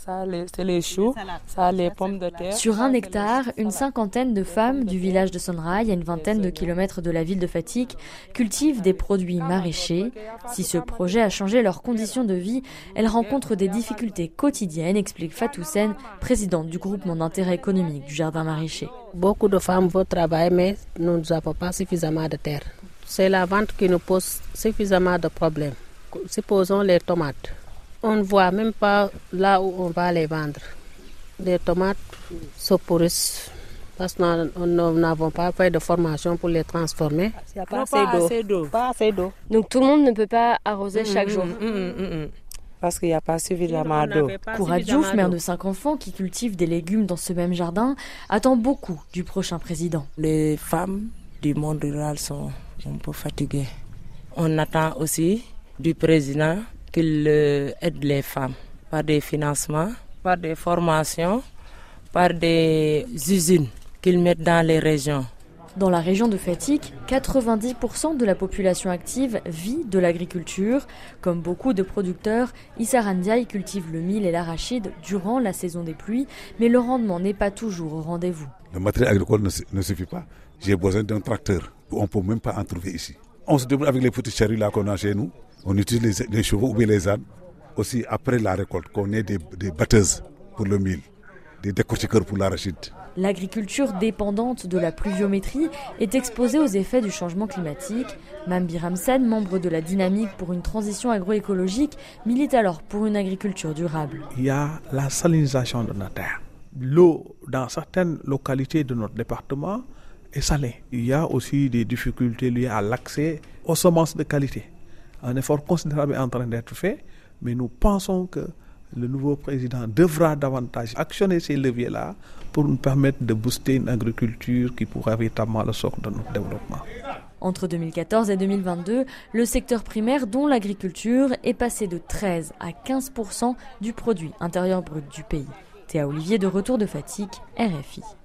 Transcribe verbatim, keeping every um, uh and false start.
ça les, c'est les choux, ça les pommes de terre. Sur un hectare, une cinquantaine de femmes du village de Sonrail, à une vingtaine de kilomètres de la ville de Fatick, cultivent des produits maraîchers. Si ce projet a changé leurs conditions de vie, elles rencontrent des difficultés quotidiennes, explique Fatou Sen, présidente du groupement d'intérêt économique du jardin maraîcher. Beaucoup de femmes veulent travailler, mais nous n'avons pas suffisamment de terre. C'est la vente qui nous pose suffisamment de problèmes. Supposons les tomates. On ne voit même pas là où on va les vendre. Les tomates se pourrissent parce que nous n'avons pas fait de formation pour les transformer. Il n'y a pas, non, assez, pas d'eau. assez d'eau. Pas assez d'eau. Donc tout le monde ne peut pas arroser chaque Mmh, jour. mmh, mmh, mmh. Parce qu'il n'y a pas suffisamment d'eau. Koura Diouf, mère de cinq enfants qui cultive des légumes dans ce même jardin, attend beaucoup du prochain président. Les femmes du monde rural sont un peu fatiguées. On attend aussi du président qu'il aide les femmes par des financements, par des formations, par des usines qu'ils mettent dans les régions. Dans la région de Fatick, quatre-vingt-dix pour cent de la population active vit de l'agriculture. Comme beaucoup de producteurs, Issa Ndiaye cultive le mil et l'arachide durant la saison des pluies, mais le rendement n'est pas toujours au rendez-vous. Le matériel agricole ne, ne suffit pas. J'ai besoin d'un tracteur. On ne peut même pas en trouver ici. On se débrouille avec les petits charrues là qu'on a chez nous. On utilise les, les chevaux ou bien les ânes. Aussi, après la récolte, qu'on ait des, des batteuses pour le mil, des décortiqueurs pour l'arachide. L'agriculture dépendante de la pluviométrie est exposée aux effets du changement climatique. Mambi Ramsen, membre de la Dynamique pour une transition agroécologique, milite alors pour une agriculture durable. Il y a la salinisation de notre terre. L'eau, dans certaines localités de notre département, est salée. Il y a aussi des difficultés liées à l'accès aux semences de qualité. Un effort considérable est en train d'être fait, mais nous pensons que le nouveau président devra davantage actionner ces leviers-là pour nous permettre de booster une agriculture qui pourra véritablement le socle de notre développement. Entre deux mille quatorze et deux mille vingt-deux, le secteur primaire, dont l'agriculture, est passé de treize à quinze pour cent du produit intérieur brut du pays. Théa Olivier de retour de Fatick, R F I.